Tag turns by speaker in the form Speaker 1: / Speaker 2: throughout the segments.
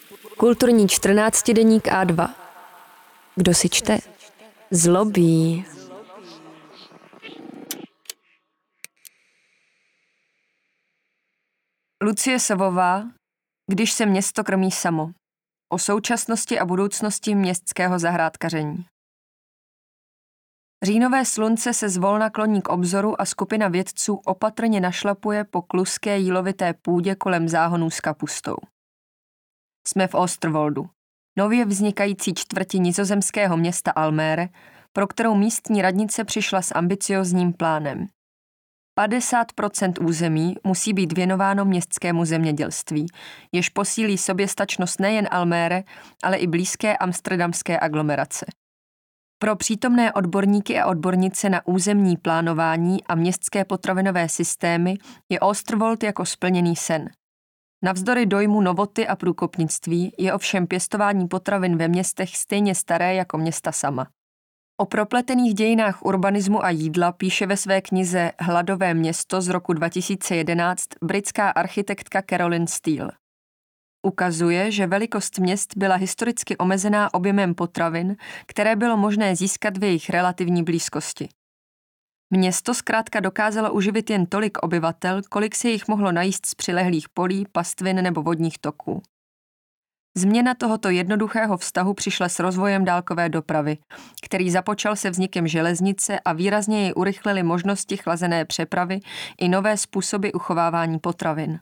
Speaker 1: Kulturní 14denník A2. Kdo si čte? Zlobí.
Speaker 2: Lucie Savová, Když se město krmí samo. O současnosti a budoucnosti městského zahrádkaření. Říjnové slunce se zvolna kloní k obzoru a skupina vědců opatrně našlapuje po kluské jílovité půdě kolem záhonů s kapustou. Jsme v Oosterwoldu, nově vznikající čtvrti nizozemského města Almere, pro kterou místní radnice přišla s ambiciózním plánem. 50% území musí být věnováno městskému zemědělství, jež posílí soběstačnost nejen Almere, ale i blízké amsterdamské aglomerace. Pro přítomné odborníky a odbornice na územní plánování a městské potravinové systémy je Oosterwold jako splněný sen. Navzdory dojmu novoty a průkopnictví je ovšem pěstování potravin ve městech stejně staré jako města sama. O propletených dějinách urbanismu a jídla píše ve své knize Hladové město z roku 2011 britská architektka Caroline Steele. Ukazuje, že velikost měst byla historicky omezená objemem potravin, které bylo možné získat v jejich relativní blízkosti. Město zkrátka dokázalo uživit jen tolik obyvatel, kolik se jich mohlo najíst z přilehlých polí, pastvin nebo vodních toků. Změna tohoto jednoduchého vztahu přišla s rozvojem dálkové dopravy, který započal se vznikem železnice a výrazně jej urychlily možnosti chlazené přepravy i nové způsoby uchovávání potravin.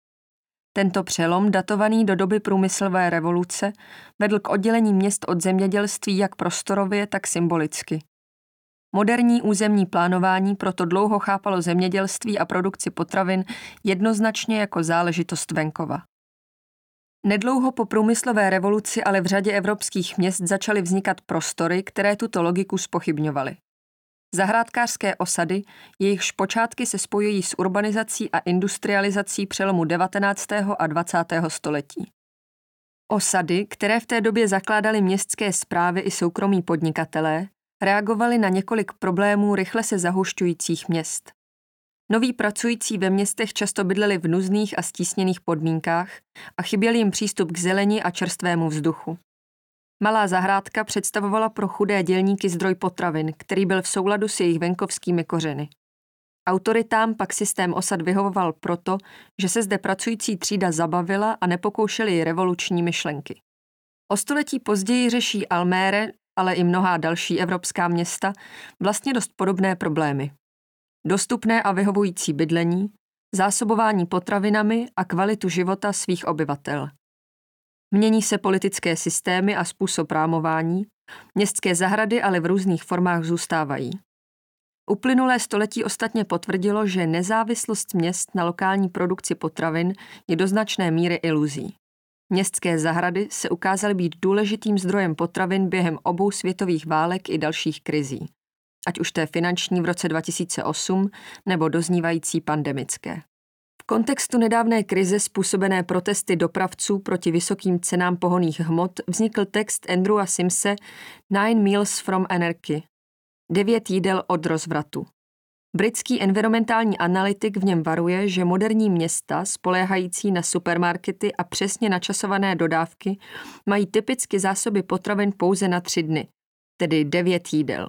Speaker 2: Tento přelom, datovaný do doby průmyslové revoluce, vedl k oddělení měst od zemědělství jak prostorově, tak symbolicky. Moderní územní plánování proto dlouho chápalo zemědělství a produkci potravin jednoznačně jako záležitost venkova. Nedlouho po průmyslové revoluci ale v řadě evropských měst začaly vznikat prostory, které tuto logiku zpochybňovaly. Zahrádkářské osady, jejichž počátky se spojují s urbanizací a industrializací přelomu 19. a 20. století. Osady, které v té době zakládaly městské správy i soukromí podnikatelé, reagovaly na několik problémů rychle se zahušťujících měst. Noví pracující ve městech často bydleli v nuzných a stísněných podmínkách a chyběl jim přístup k zeleni a čerstvému vzduchu. Malá zahrádka představovala pro chudé dělníky zdroj potravin, který byl v souladu s jejich venkovskými kořeny. Autoritám pak systém osad vyhovoval proto, že se zde pracující třída zabavila a nepokoušeli ji revoluční myšlenky. O století později řeší Almere, ale i mnohá další evropská města, vlastně dost podobné problémy. Dostupné a vyhovující bydlení, zásobování potravinami a kvalitu života svých obyvatel. Mění se politické systémy a způsob rámování, městské zahrady ale v různých formách zůstávají. Uplynulé století ostatně potvrdilo, že nezávislost měst na lokální produkci potravin je do značné míry iluzí. Městské zahrady se ukázaly být důležitým zdrojem potravin během obou světových válek i dalších krizí, ať už té finanční v roce 2008 nebo doznívající pandemické. V kontextu nedávné krize způsobené protesty dopravců proti vysokým cenám pohonných hmot vznikl text Andrewa Simse 9 Meals from Anarchy, 9 jídel od rozvratu. Britský environmentální analytik v něm varuje, že moderní města, spoléhající na supermarkety a přesně načasované dodávky, mají typicky zásoby potravin pouze na 3 dny, tedy 9 jídel.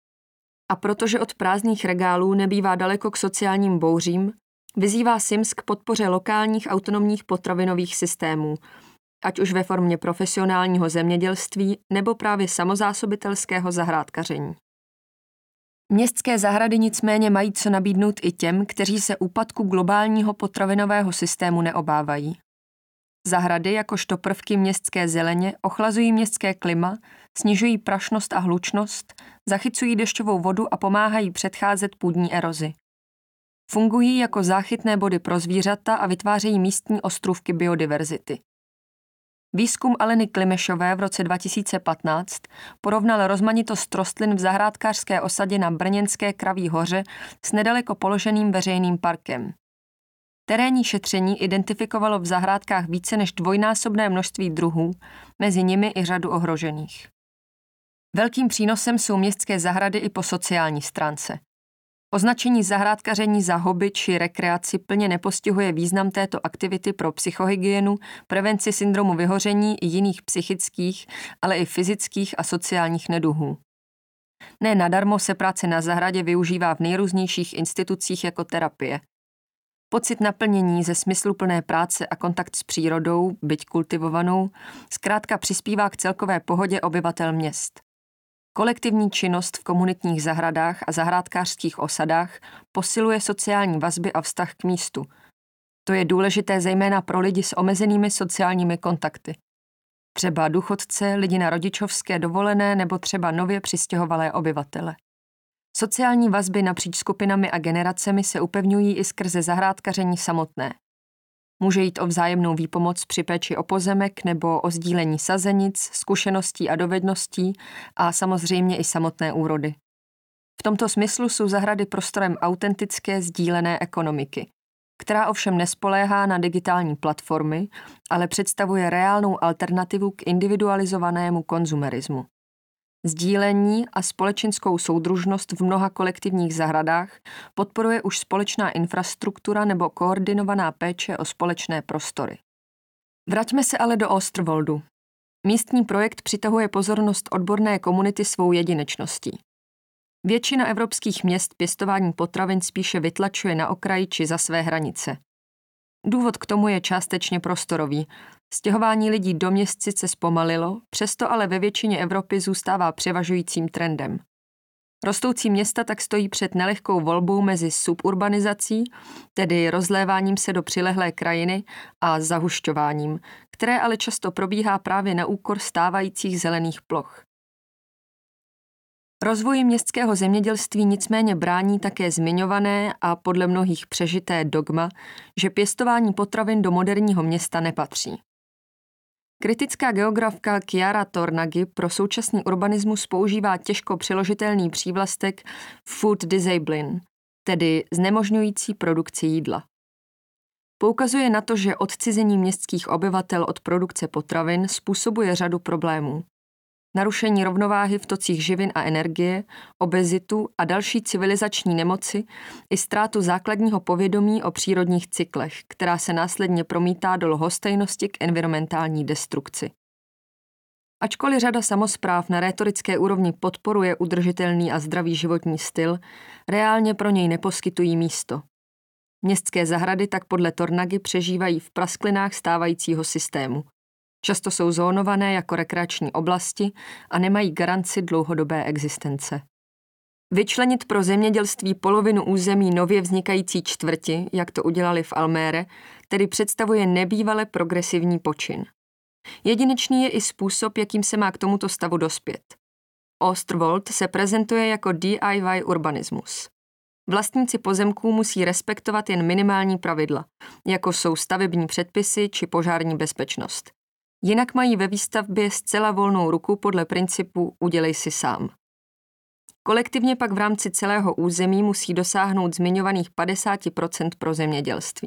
Speaker 2: A protože od prázdných regálů nebývá daleko k sociálním bouřím, vyzývá Sims k podpoře lokálních autonomních potravinových systémů, ať už ve formě profesionálního zemědělství nebo právě samozásobitelského zahrádkaření. Městské zahrady nicméně mají co nabídnout i těm, kteří se úpadku globálního potravinového systému neobávají. Zahrady jakožto prvky městské zeleně ochlazují městské klima, snižují prašnost a hlučnost, zachycují dešťovou vodu a pomáhají předcházet půdní erozi. Fungují jako záchytné body pro zvířata a vytvářejí místní ostrůvky biodiverzity. Výzkum Aleny Klimešové v roce 2015 porovnal rozmanitost rostlin v zahrádkářské osadě na brněnské Kraví hoře s nedaleko položeným veřejným parkem. Terénní šetření identifikovalo v zahrádkách více než dvojnásobné množství druhů, mezi nimi i řadu ohrožených. Velkým přínosem jsou městské zahrady i po sociální stránce. Označení zahrádkaření za hobby či rekreaci plně nepostihuje význam této aktivity pro psychohygienu, prevenci syndromu vyhoření i jiných psychických, ale i fyzických a sociálních neduhů. Ne nadarmo se práce na zahradě využívá v nejrůznějších institucích jako terapie. Pocit naplnění ze smysluplné práce a kontakt s přírodou, byť kultivovanou, zkrátka přispívá k celkové pohodě obyvatel měst. Kolektivní činnost v komunitních zahradách a zahrádkářských osadách posiluje sociální vazby a vztah k místu. To je důležité zejména pro lidi s omezenými sociálními kontakty. Třeba důchodce, lidi na rodičovské dovolené nebo třeba nově přistěhovalé obyvatele. Sociální vazby napříč skupinami a generacemi se upevňují i skrze zahrádkaření samotné. Může jít o vzájemnou výpomoc při péči o pozemek nebo o sdílení sazenic, zkušeností a dovedností a samozřejmě i samotné úrody. V tomto smyslu jsou zahrady prostorem autentické sdílené ekonomiky, která ovšem nespoléhá na digitální platformy, ale představuje reálnou alternativu k individualizovanému konzumerismu. Sdílení a společenskou soudružnost v mnoha kolektivních zahradách podporuje už společná infrastruktura nebo koordinovaná péče o společné prostory. Vraťme se ale do Osterwoldu. Místní projekt přitahuje pozornost odborné komunity svou jedinečností. Většina evropských měst pěstování potravin spíše vytlačuje na okraj či za své hranice. Důvod k tomu je částečně prostorový. Stěhování lidí do měst sice zpomalilo, přesto ale ve většině Evropy zůstává převažujícím trendem. Rostoucí města tak stojí před nelehkou volbou mezi suburbanizací, tedy rozléváním se do přilehlé krajiny, a zahušťováním, které ale často probíhá právě na úkor stávajících zelených ploch. Rozvoji městského zemědělství nicméně brání také zmiňované a podle mnohých přežité dogma, že pěstování potravin do moderního města nepatří. Kritická geografka Chiara Tornaghi pro současný urbanismus používá těžko přeložitelný přívlastek food disabling, tedy znemožňující produkci jídla. Poukazuje na to, že odcizení městských obyvatel od produkce potravin způsobuje řadu problémů. Narušení rovnováhy v tocích živin a energie, obezitu a další civilizační nemoci i ztrátu základního povědomí o přírodních cyklech, která se následně promítá do lhostejnosti k environmentální destrukci. Ačkoliv řada samospráv na rétorické úrovni podporuje udržitelný a zdravý životní styl, reálně pro něj neposkytují místo. Městské zahrady tak podle Tornaghi přežívají v prasklinách stávajícího systému. Často jsou zónované jako rekreační oblasti a nemají garanci dlouhodobé existence. Vyčlenit pro zemědělství polovinu území nově vznikající čtvrti, jak to udělali v Almere, tedy představuje nebývale progresivní počin. Jedinečný je i způsob, jakým se má k tomuto stavu dospět. Osterwold se prezentuje jako DIY urbanismus. Vlastníci pozemků musí respektovat jen minimální pravidla, jako jsou stavební předpisy či požární bezpečnost. Jinak mají ve výstavbě zcela volnou ruku podle principu udělej si sám. Kolektivně pak v rámci celého území musí dosáhnout zmiňovaných 50% pro zemědělství.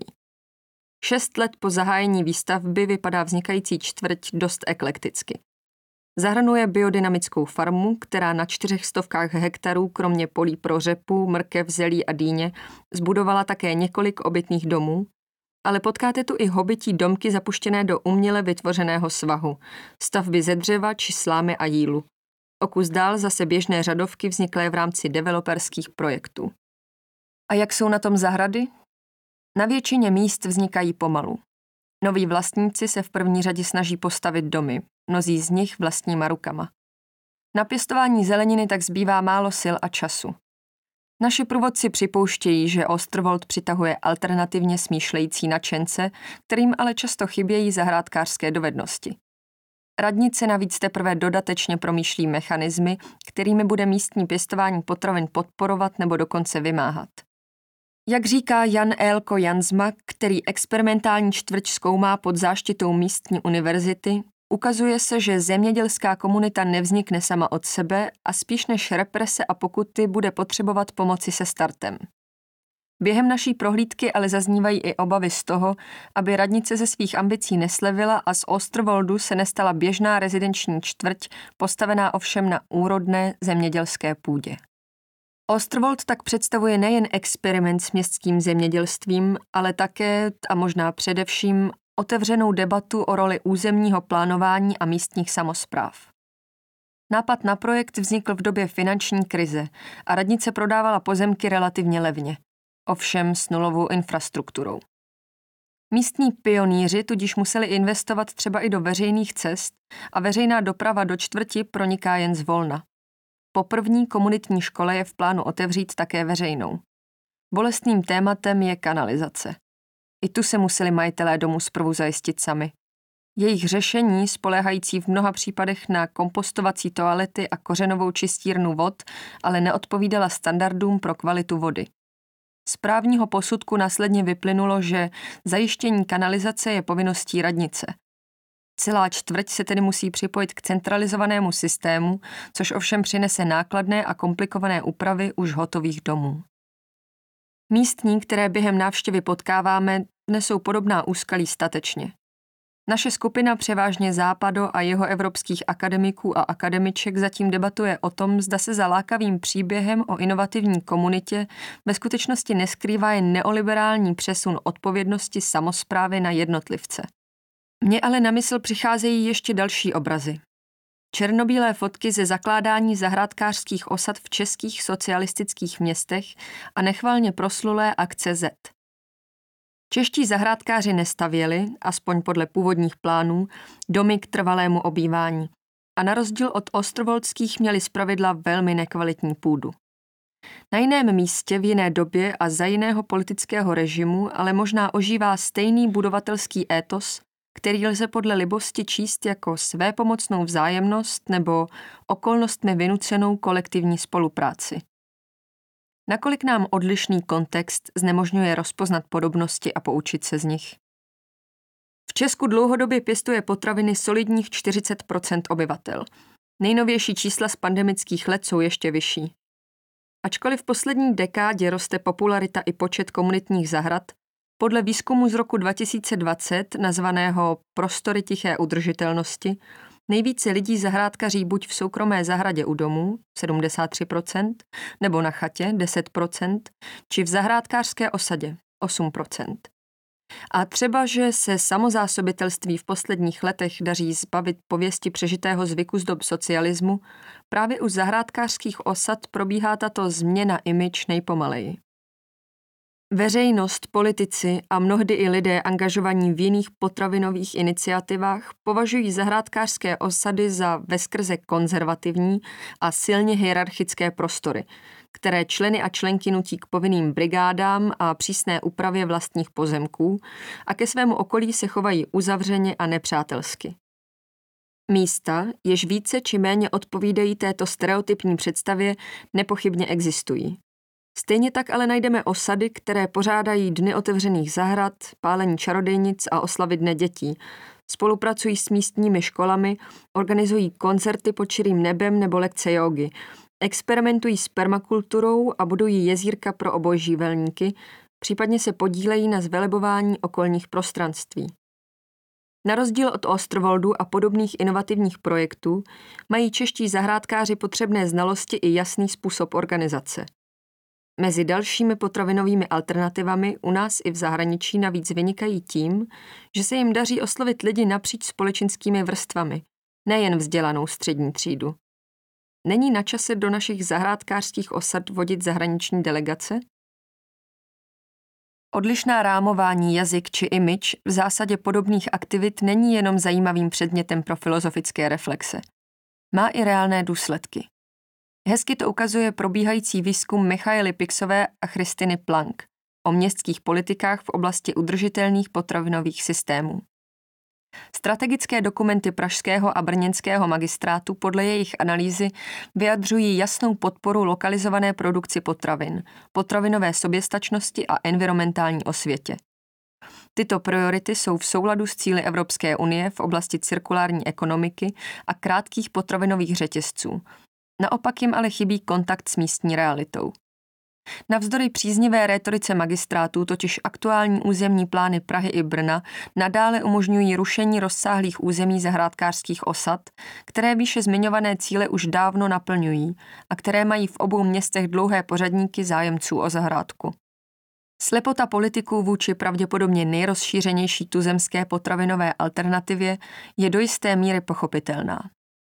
Speaker 2: 6 let po zahájení výstavby vypadá vznikající čtvrť dost eklekticky. Zahrnuje biodynamickou farmu, která na 400 hektarů kromě polí pro řepu, mrkev, zelí a dýně zbudovala také několik obytných domů, ale potkáte tu i hobití domky zapuštěné do uměle vytvořeného svahu, stavby ze dřeva či slámy a jílu. O kus dál zase běžné řadovky vzniklé v rámci developerských projektů. A jak jsou na tom zahrady? Na většině míst vznikají pomalu. Noví vlastníci se v první řadě snaží postavit domy, mnozí z nich vlastníma rukama. Na pěstování zeleniny tak zbývá málo sil a času. Naši průvodci připouštějí, že Osterwold přitahuje alternativně smýšlející nadšence, kterým ale často chybějí zahrádkářské dovednosti. Radnice navíc teprve dodatečně promýšlí mechanismy, kterými bude místní pěstování potravin podporovat nebo dokonce vymáhat. Jak říká Jan Eelko Jansma, který experimentální čtvrť zkoumá pod záštitou místní univerzity, ukazuje se, že zemědělská komunita nevznikne sama od sebe a spíš než represe a pokuty bude potřebovat pomoci se startem. Během naší prohlídky ale zaznívají i obavy z toho, aby radnice ze svých ambicí neslevila a z Osterwoldu se nestala běžná rezidenční čtvrť, postavená ovšem na úrodné zemědělské půdě. Osterwold tak představuje nejen experiment s městským zemědělstvím, ale také, a možná především, otevřenou debatu o roli územního plánování a místních samospráv. Nápad na projekt vznikl v době finanční krize a radnice prodávala pozemky relativně levně, ovšem s nulovou infrastrukturou. Místní pionýři tudíž museli investovat třeba i do veřejných cest a veřejná doprava do čtvrti proniká jen zvolna. Po první komunitní škole je v plánu otevřít také veřejnou. Bolestným tématem je kanalizace. I tu se museli majitelé domu zprvu zajistit sami. Jejich řešení, spoléhající v mnoha případech na kompostovací toalety a kořenovou čistírnu vod, ale neodpovídala standardům pro kvalitu vody. Z právního posudku následně vyplynulo, že zajištění kanalizace je povinností radnice. Celá čtvrť se tedy musí připojit k centralizovanému systému, což ovšem přinese nákladné a komplikované úpravy už hotových domů. Místní, které během návštěvy potkáváme, nesou podobná úskalí statečně. Naše skupina převážně západo- a jihoevropských akademiků a akademiček zatím debatuje o tom, zda se za lákavým příběhem o inovativní komunitě ve skutečnosti neskrývá jen neoliberální přesun odpovědnosti samosprávy na jednotlivce. Mně ale na mysl přicházejí ještě další obrazy. Černobílé fotky ze zakládání zahrádkářských osad v českých socialistických městech a nechvalně proslulé akce Z. Čeští zahrádkáři nestavěli, aspoň podle původních plánů, domy k trvalému obývání a na rozdíl od osterwoldských měli zpravidla velmi nekvalitní půdu. Na jiném místě v jiné době a za jiného politického režimu ale možná ožívá stejný budovatelský étos, který lze podle libosti číst jako svépomocnou vzájemnost nebo okolnostmi vynucenou kolektivní spolupráci. Nakolik nám odlišný kontext znemožňuje rozpoznat podobnosti a poučit se z nich. V Česku dlouhodobě pěstuje potraviny solidních 40% obyvatel. Nejnovější čísla z pandemických let jsou ještě vyšší. Ačkoliv v poslední dekádě roste popularita i počet komunitních zahrad, podle výzkumu z roku 2020, nazvaného Prostory tiché udržitelnosti, nejvíce lidí zahrádkaří buď v soukromé zahradě u domu, 73%, nebo na chatě, 10%, či v zahrádkářské osadě, 8%. A třeba, že se samozásobitelství v posledních letech daří zbavit pověsti přežitého zvyku z dob socialismu, právě u zahrádkářských osad probíhá tato změna image nejpomaleji. Veřejnost, politici a mnohdy i lidé angažovaní v jiných potravinových iniciativách považují zahrádkářské osady za veskrze konzervativní a silně hierarchické prostory, které členy a členky nutí k povinným brigádám a přísné úpravě vlastních pozemků a ke svému okolí se chovají uzavřeně a nepřátelsky. Místa, jež více či méně odpovídají této stereotypní představě, nepochybně existují. Stejně tak ale najdeme osady, které pořádají dny otevřených zahrad, pálení čarodejnic a oslavy dne dětí. Spolupracují s místními školami, organizují koncerty pod širým nebem nebo lekce jógy, experimentují s permakulturou a budují jezírka pro obojživelníky, případně se podílejí na zvelebování okolních prostranství. Na rozdíl od Osterwoldu a podobných inovativních projektů mají čeští zahrádkáři potřebné znalosti i jasný způsob organizace. Mezi dalšími potravinovými alternativami u nás i v zahraničí navíc vynikají tím, že se jim daří oslovit lidi napříč společenskými vrstvami, nejen vzdělanou střední třídu. Není na čase do našich zahrádkářských osad vodit zahraniční delegace? Odlišná rámování, jazyk či image v zásadě podobných aktivit není jenom zajímavým předmětem pro filozofické reflexe. Má i reálné důsledky. Hezky to ukazuje probíhající výzkum Michaely Pixové a Christiny Plank o městských politikách v oblasti udržitelných potravinových systémů. Strategické dokumenty pražského a brněnského magistrátu podle jejich analýzy vyjadřují jasnou podporu lokalizované produkci potravin, potravinové soběstačnosti a environmentální osvětě. Tyto priority jsou v souladu s cíli Evropské unie v oblasti cirkulární ekonomiky a krátkých potravinových řetězců. Naopak jim ale chybí kontakt s místní realitou. Navzdory příznivé rétorice magistrátů totiž aktuální územní plány Prahy i Brna nadále umožňují rušení rozsáhlých území zahrádkářských osad, které výše zmiňované cíle už dávno naplňují a které mají v obou městech dlouhé pořadníky zájemců o zahrádku. Slepota politiků vůči pravděpodobně nejrozšířenější tuzemské potravinové alternativě je do jisté míry pochopitelná.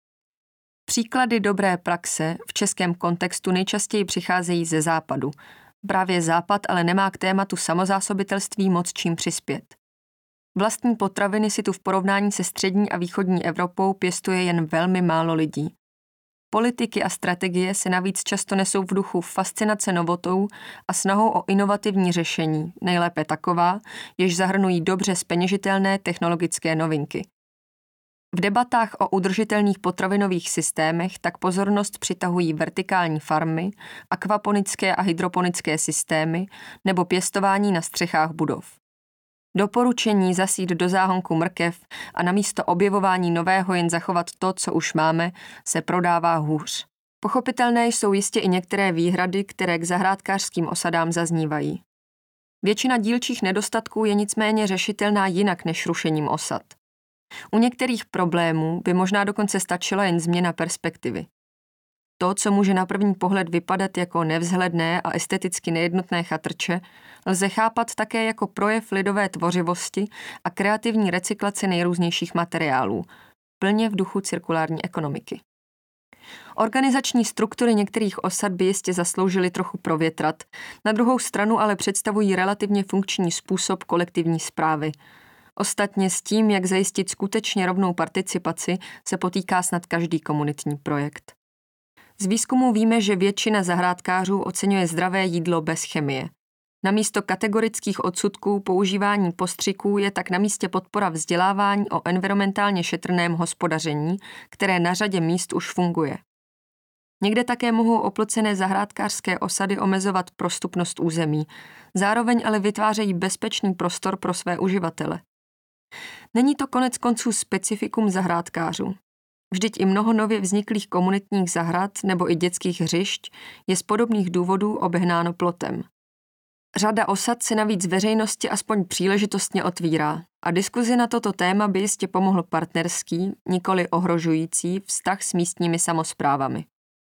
Speaker 2: Příklady dobré praxe v českém kontextu nejčastěji přicházejí ze západu. Právě západ ale nemá k tématu samozásobitelství moc čím přispět. Vlastní potraviny si tu v porovnání se střední a východní Evropou pěstuje jen velmi málo lidí. Politiky a strategie se navíc často nesou v duchu fascinace novotou a snahou o inovativní řešení, nejlépe taková, jež zahrnují dobře zpeněžitelné technologické novinky. V debatách o udržitelných potravinových systémech tak pozornost přitahují vertikální farmy, akvaponické a hydroponické systémy nebo pěstování na střechách budov. Doporučení zasít do záhonku mrkev a namísto objevování nového jen zachovat to, co už máme, se prodává hůř. Pochopitelné jsou jistě i některé výhrady, které k zahrádkářským osadám zaznívají. Většina dílčích nedostatků je nicméně řešitelná jinak než rušením osad. U některých problémů by možná dokonce stačila jen změna perspektivy. To, co může na první pohled vypadat jako nevzhledné a esteticky nejednotné chatrče, lze chápat také jako projev lidové tvořivosti a kreativní recyklace nejrůznějších materiálů, plně v duchu cirkulární ekonomiky. Organizační struktury některých osad by jistě zasloužily trochu provětrat, na druhou stranu ale představují relativně funkční způsob kolektivní správy. Ostatně s tím, jak zajistit skutečně rovnou participaci, se potýká snad každý komunitní projekt. Z výzkumu víme, že většina zahrádkářů oceňuje zdravé jídlo bez chemie. Namísto kategorických odsudků používání postřiků je tak na místě podpora vzdělávání o environmentálně šetrném hospodaření, které na řadě míst už funguje. Někde také mohou oplocené zahrádkářské osady omezovat prostupnost území, zároveň ale vytvářejí bezpečný prostor pro své uživatele. Není to konec konců specifikum zahrádkářů. Vždyť i mnoho nově vzniklých komunitních zahrad nebo i dětských hřišť je z podobných důvodů obehnáno plotem. Řada osad se navíc veřejnosti aspoň příležitostně otvírá a diskuzi na toto téma by jistě pomohl partnerský, nikoli ohrožující vztah s místními samosprávami.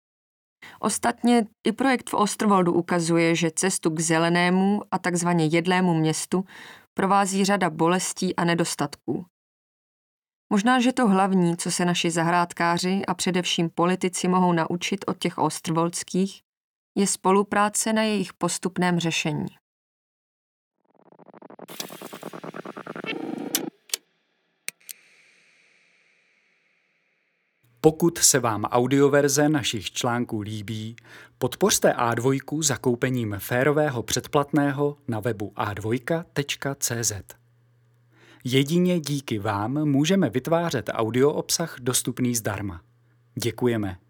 Speaker 2: Ostatně i projekt v Osterwoldu ukazuje, že cestu k zelenému a takzvaně jedlému městu provází řada bolestí a nedostatků. Možná, že to hlavní, co se naši zahrádkáři a především politici mohou naučit od těch osterwoldských, je spolupráce na jejich postupném řešení.
Speaker 3: Pokud se vám audioverze našich článků líbí, podpořte A2 zakoupením férového předplatného na webu a2.cz. Jedině díky vám můžeme vytvářet audio obsah dostupný zdarma. Děkujeme.